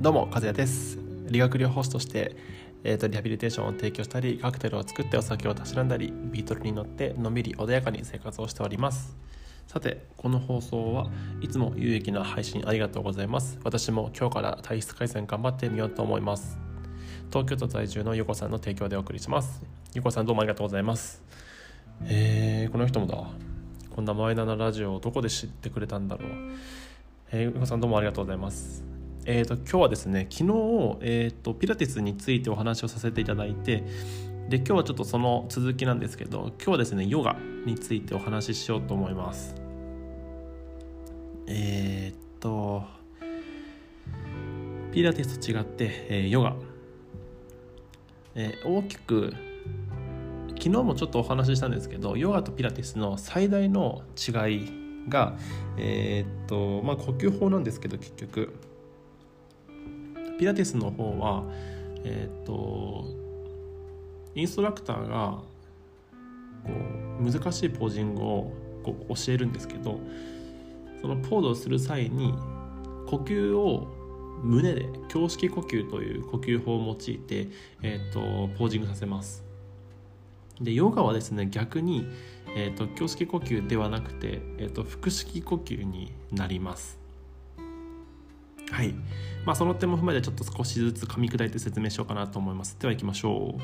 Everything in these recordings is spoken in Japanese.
どうも和也です。理学療法士として、リハビリテーションを提供したり、カクテルを作ってお酒をたしなんだり、ビートルに乗ってのんびり穏やかに生活をしております。さて、この放送はいつも有益な配信ありがとうございます。私も今日から体質改善頑張ってみようと思います。東京都在住のゆこさんの提供でお送りします。ゆこさんどうもありがとうございます。この人もだ。こんなマイナーなラジオをどこで知ってくれたんだろう。ゆこさんどうもありがとうございます。今日はですね、昨日、ピラティスについてお話をさせていただいて、で今日はちょっとその続きなんですけど、今日はですねヨガについてお話ししようと思います。ピラティスと違って、ヨガ、大きく昨日もちょっとお話ししたんですけど、ヨガとピラティスの最大の違いが、呼吸法なんですけど、結局ピラティスの方は、インストラクターがこう難しいポージングをこう教えるんですけど、そのポーズをする際に呼吸を胸で胸式呼吸という呼吸法を用いて、ポージングさせます。でヨガはですね、逆に、胸式呼吸ではなくて、腹式呼吸になります。はい、その点も踏まえてちょっと少しずつ噛み砕いて説明しようかなと思います。では行きましょ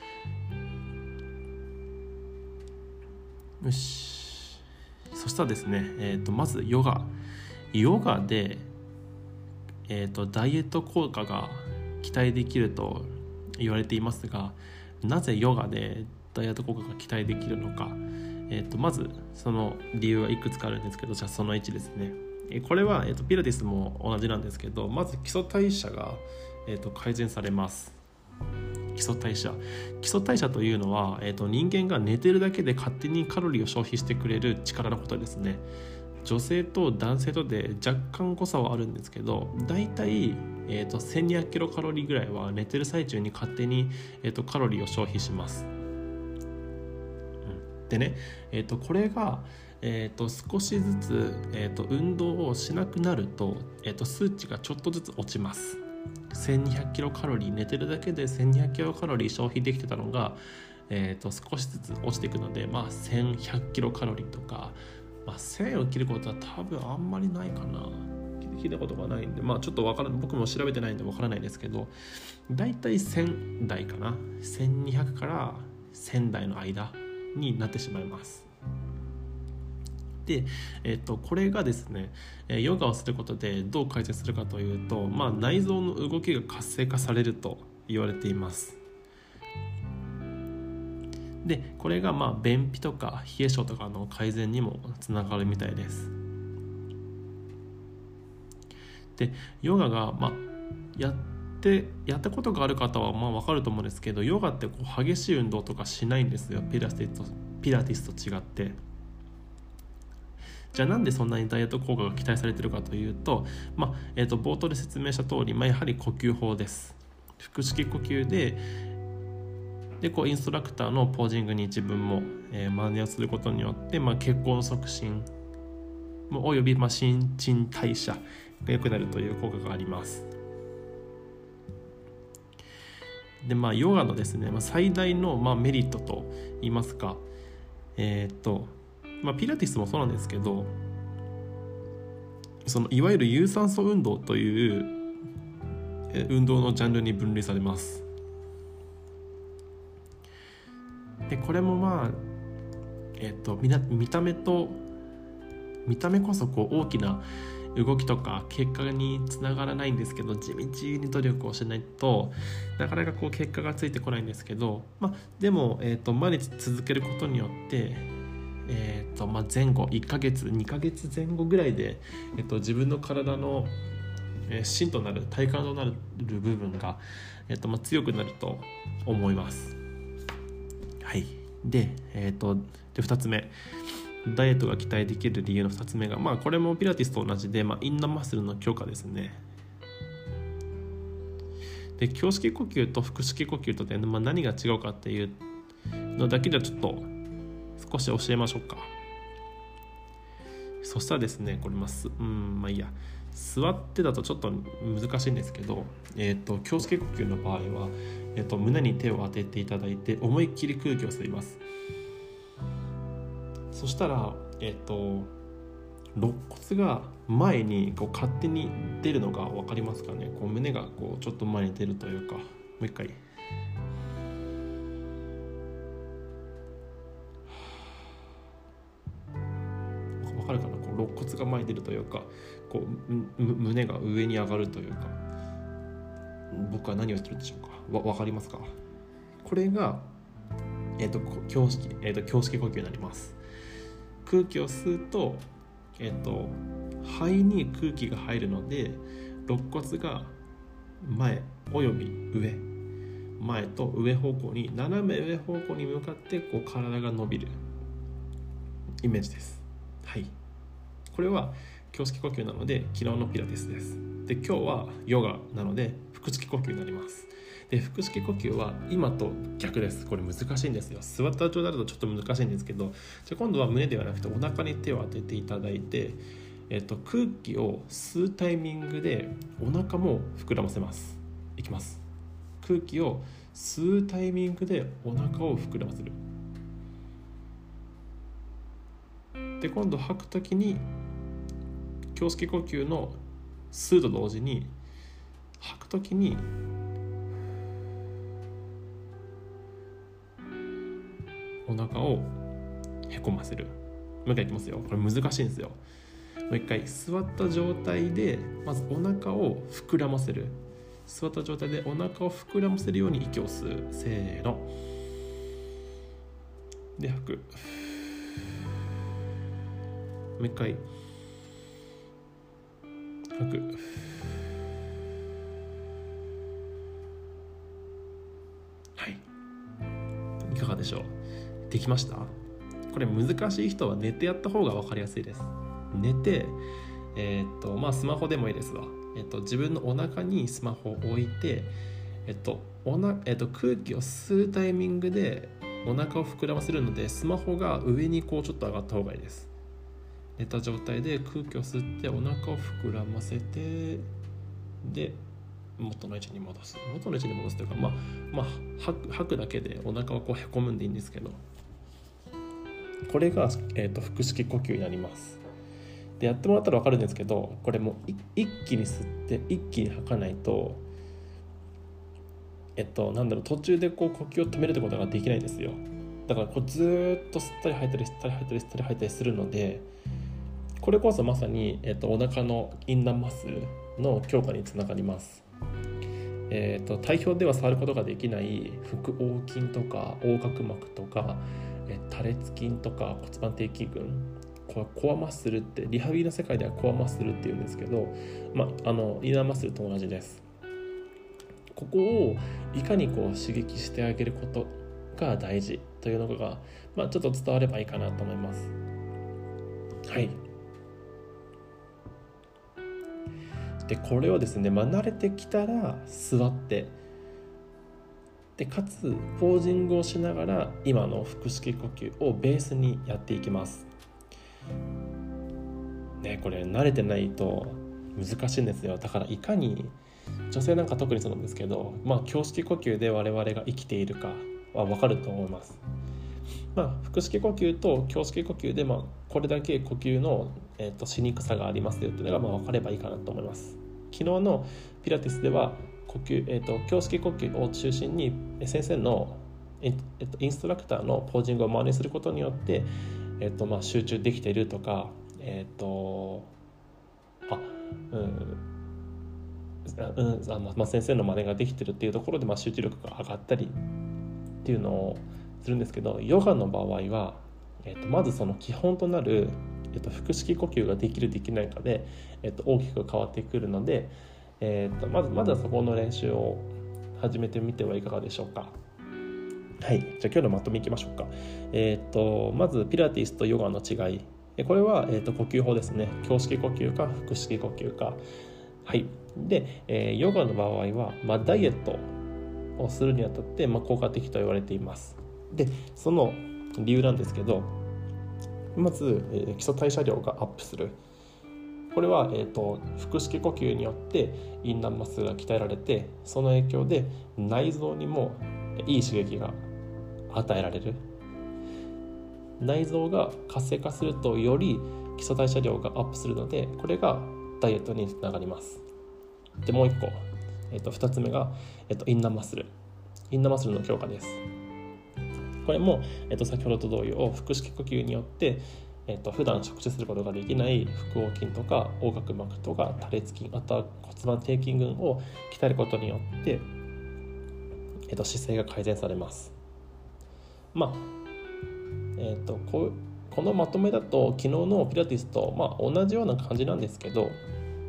う。よし、そしたらですね、まずヨガで、ダイエット効果が期待できると言われていますが、なぜヨガでダイエット効果が期待できるのか、まずその理由はいくつかあるんですけど、じゃあその1ですね。これは、ピラティスも同じなんですけど、まず基礎代謝が、改善されます。基礎代謝というのは、人間が寝てるだけで勝手にカロリーを消費してくれる力のことですね。女性と男性とで若干誤差はあるんですけど、だいたい、1200キロカロリーぐらいは寝てる最中に勝手に、カロリーを消費します。でね、これが少しずつ、運動をしなくなると、数値がちょっとずつ落ちます。1200キロカロリー、寝てるだけで1200キロカロリー消費できてたのが、少しずつ落ちていくので、1100キロカロリーとか、1000を切ることは多分あんまりないかな。聞いたことがないんで、ちょっと僕も調べてないんでわからないですけど、だいたい1000台かな、1200から1000台の間になってしまいます。で、これがですね、ヨガをすることでどう改善するかというと、内臓の動きが活性化されると言われています。でこれが便秘とか冷え性とかの改善にもつながるみたいです。でヨガが、やったことがある方は分かると思うんですけど、ヨガってこう激しい運動とかしないんですよ、ピラティスと違って。じゃあなんでそんなにダイエット効果が期待されているかというと、冒頭で説明した通り、やはり呼吸法です。腹式呼吸でこうインストラクターのポージングに自分も、真似をすることによって、血行の促進および、新陳代謝が良くなるという効果があります。でヨガのですね、最大の、メリットと言いますか、ピラティスもそうなんですけど、そのいわゆる有酸素運動という運動のジャンルに分類されます。でこれも見た目こそこう大きな動きとか結果につながらないんですけど、地道に努力をしないとなかなかこう結果がついてこないんですけど、でも、毎日続けることによって前後1ヶ月2ヶ月前後ぐらいで、自分の体の芯となる体幹となる部分が、強くなると思います。はい。で2つ目、ダイエットが期待できる理由の2つ目が、これもピラティスと同じで、インナーマッスルの強化ですね。で胸式呼吸と腹式呼吸とで、何が違うかっていうのだけではちょっと少し教えましょうか。そしたらですね、これいいや、 座ってだとちょっと難しいんですけど、胸式呼吸の場合は、胸に手を当てていただいて思いっきり空気を吸います。そしたら、肋骨が前にこう勝手に出るのが分かりますかね。こう胸がこうちょっと前に出るというか、もう一回。分かるかな。こう肋骨が前に出るというか、こう胸が上に上がるというか、僕は何をしてるんでしょうか。分かりますか。これが、胸式呼吸になります。空気を吸うと、肺に空気が入るので、肋骨が前および上、前と上方向に、斜め上方向に向かってこう体が伸びるイメージです。はい、これは胸式呼吸なので、昨日のピラティスです。で、今日はヨガなので腹式呼吸になります。で、腹式呼吸は今と逆です。これ難しいんですよ。座った状態だとちょっと難しいんですけど、じゃあ今度は胸ではなくてお腹に手を当てていただいて、空気を吸うタイミングでお腹も膨らませます。いきます。空気を吸うタイミングでお腹を膨らませる。で、今度吐くときに胸式呼吸の吸うと同時に、吐くときにお腹をへこませる。もう一回いきますよ。これ難しいんですよ。もう一回、座った状態でまずお腹を膨らませる。座った状態でお腹を膨らませるように息を吸う。せーので吐く。もう一回吐く。はい、いかがでしょう。できました？これ難しい人は寝てやった方が分かりやすいです。寝て、スマホでもいいですわ。自分のお腹にスマホを置いて、空気を吸うタイミングでお腹を膨らませるので、スマホが上にこうちょっと上がった方がいいです。寝た状態で空気を吸ってお腹を膨らませて、で元の位置に戻すというか、吐くだけでお腹はこうへこむんでいいんですけど、これが、腹式呼吸になります。で、やってもらったら分かるんですけど、これも一気に吸って一気に吐かないと、途中でこう呼吸を止めるってことができないんですよ。だからこうずっと吸ったり吐いたり吸ったり吐いたり吸ったり吐いたりするので、これこそまさに、お腹のインナーマッスルの強化につながります。体表では触ることができない腹横筋とか横隔膜とか、多裂筋とか骨盤底筋群、これコアマッスルって、リハビリの世界ではコアマッスルっていうんですけど、インナーマッスルと同じです。ここをいかにこう刺激してあげることが大事というのが、ちょっと伝わればいいかなと思います。はい。で、これをですね、慣れてきたら座って、でかつポージングをしながら今の腹式呼吸をベースにやっていきますね。これ慣れてないと難しいんですよ。だからいかに、女性なんか特にそうなんですけど、胸式呼吸で我々が生きているかは分かると思います。腹式呼吸と胸式呼吸で、これだけ呼吸の、しにくさがありますよというのが分かればいいかなと思います。昨日のピラティスでは胸式呼吸を中心に先生の、インストラクターのポージングを真似することによって、集中できているとか、先生の真似ができているっていうところで、集中力が上がったりっていうのをするんですけど、ヨガの場合は、まずその基本となる、腹式呼吸ができるできないかで、大きく変わってくるので、まずはそこの練習を始めてみてはいかがでしょうか。はい、じゃあ今日のまとめいきましょうか。まずピラティスとヨガの違い、これは、呼吸法ですね。胸式呼吸か腹式呼吸か。はい。で、ヨガの場合は、ダイエットをするにあたって、効果的と言われています。で、その理由なんですけど、まず、基礎代謝量がアップする。 これは、腹式呼吸によってインナーマッスルが鍛えられて、その影響で内臓にもいい刺激が与えられる。内臓が活性化するとより基礎代謝量がアップするので、これがダイエットにつながります。でもう一個、2つ目が、インナーマッスルの強化です。これも、先ほどと同様、腹式呼吸によって、普段触手することができない腹横筋とか横隔膜とか多裂筋、あとは骨盤底筋群を鍛えることによって、姿勢が改善されます。このまとめだと昨日のピラティスと、同じような感じなんですけど、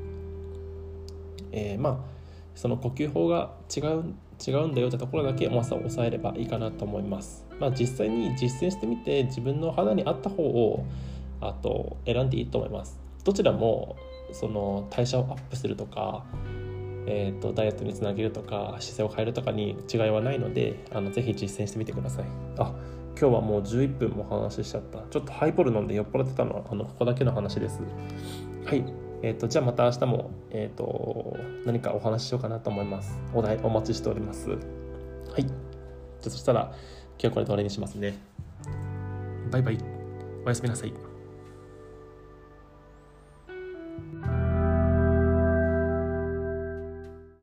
その呼吸法が違うんだよってところだけまずは抑えればいいかなと思います。実際に実践してみて自分の肌に合った方を選んでいいと思います。どちらもその代謝をアップするとか、ダイエットにつなげるとか姿勢を変えるとかに違いはないので、ぜひ実践してみてください。今日はもう11分も話しちゃった。ちょっとハイボール飲んで酔っ払ってたのはここだけの話です。はい。じゃあまた明日も、何かお話ししようかなと思います。お題お待ちしております。はい。じゃあそしたら今日はこれで終わりにしますね。バイバイ。おやすみなさい。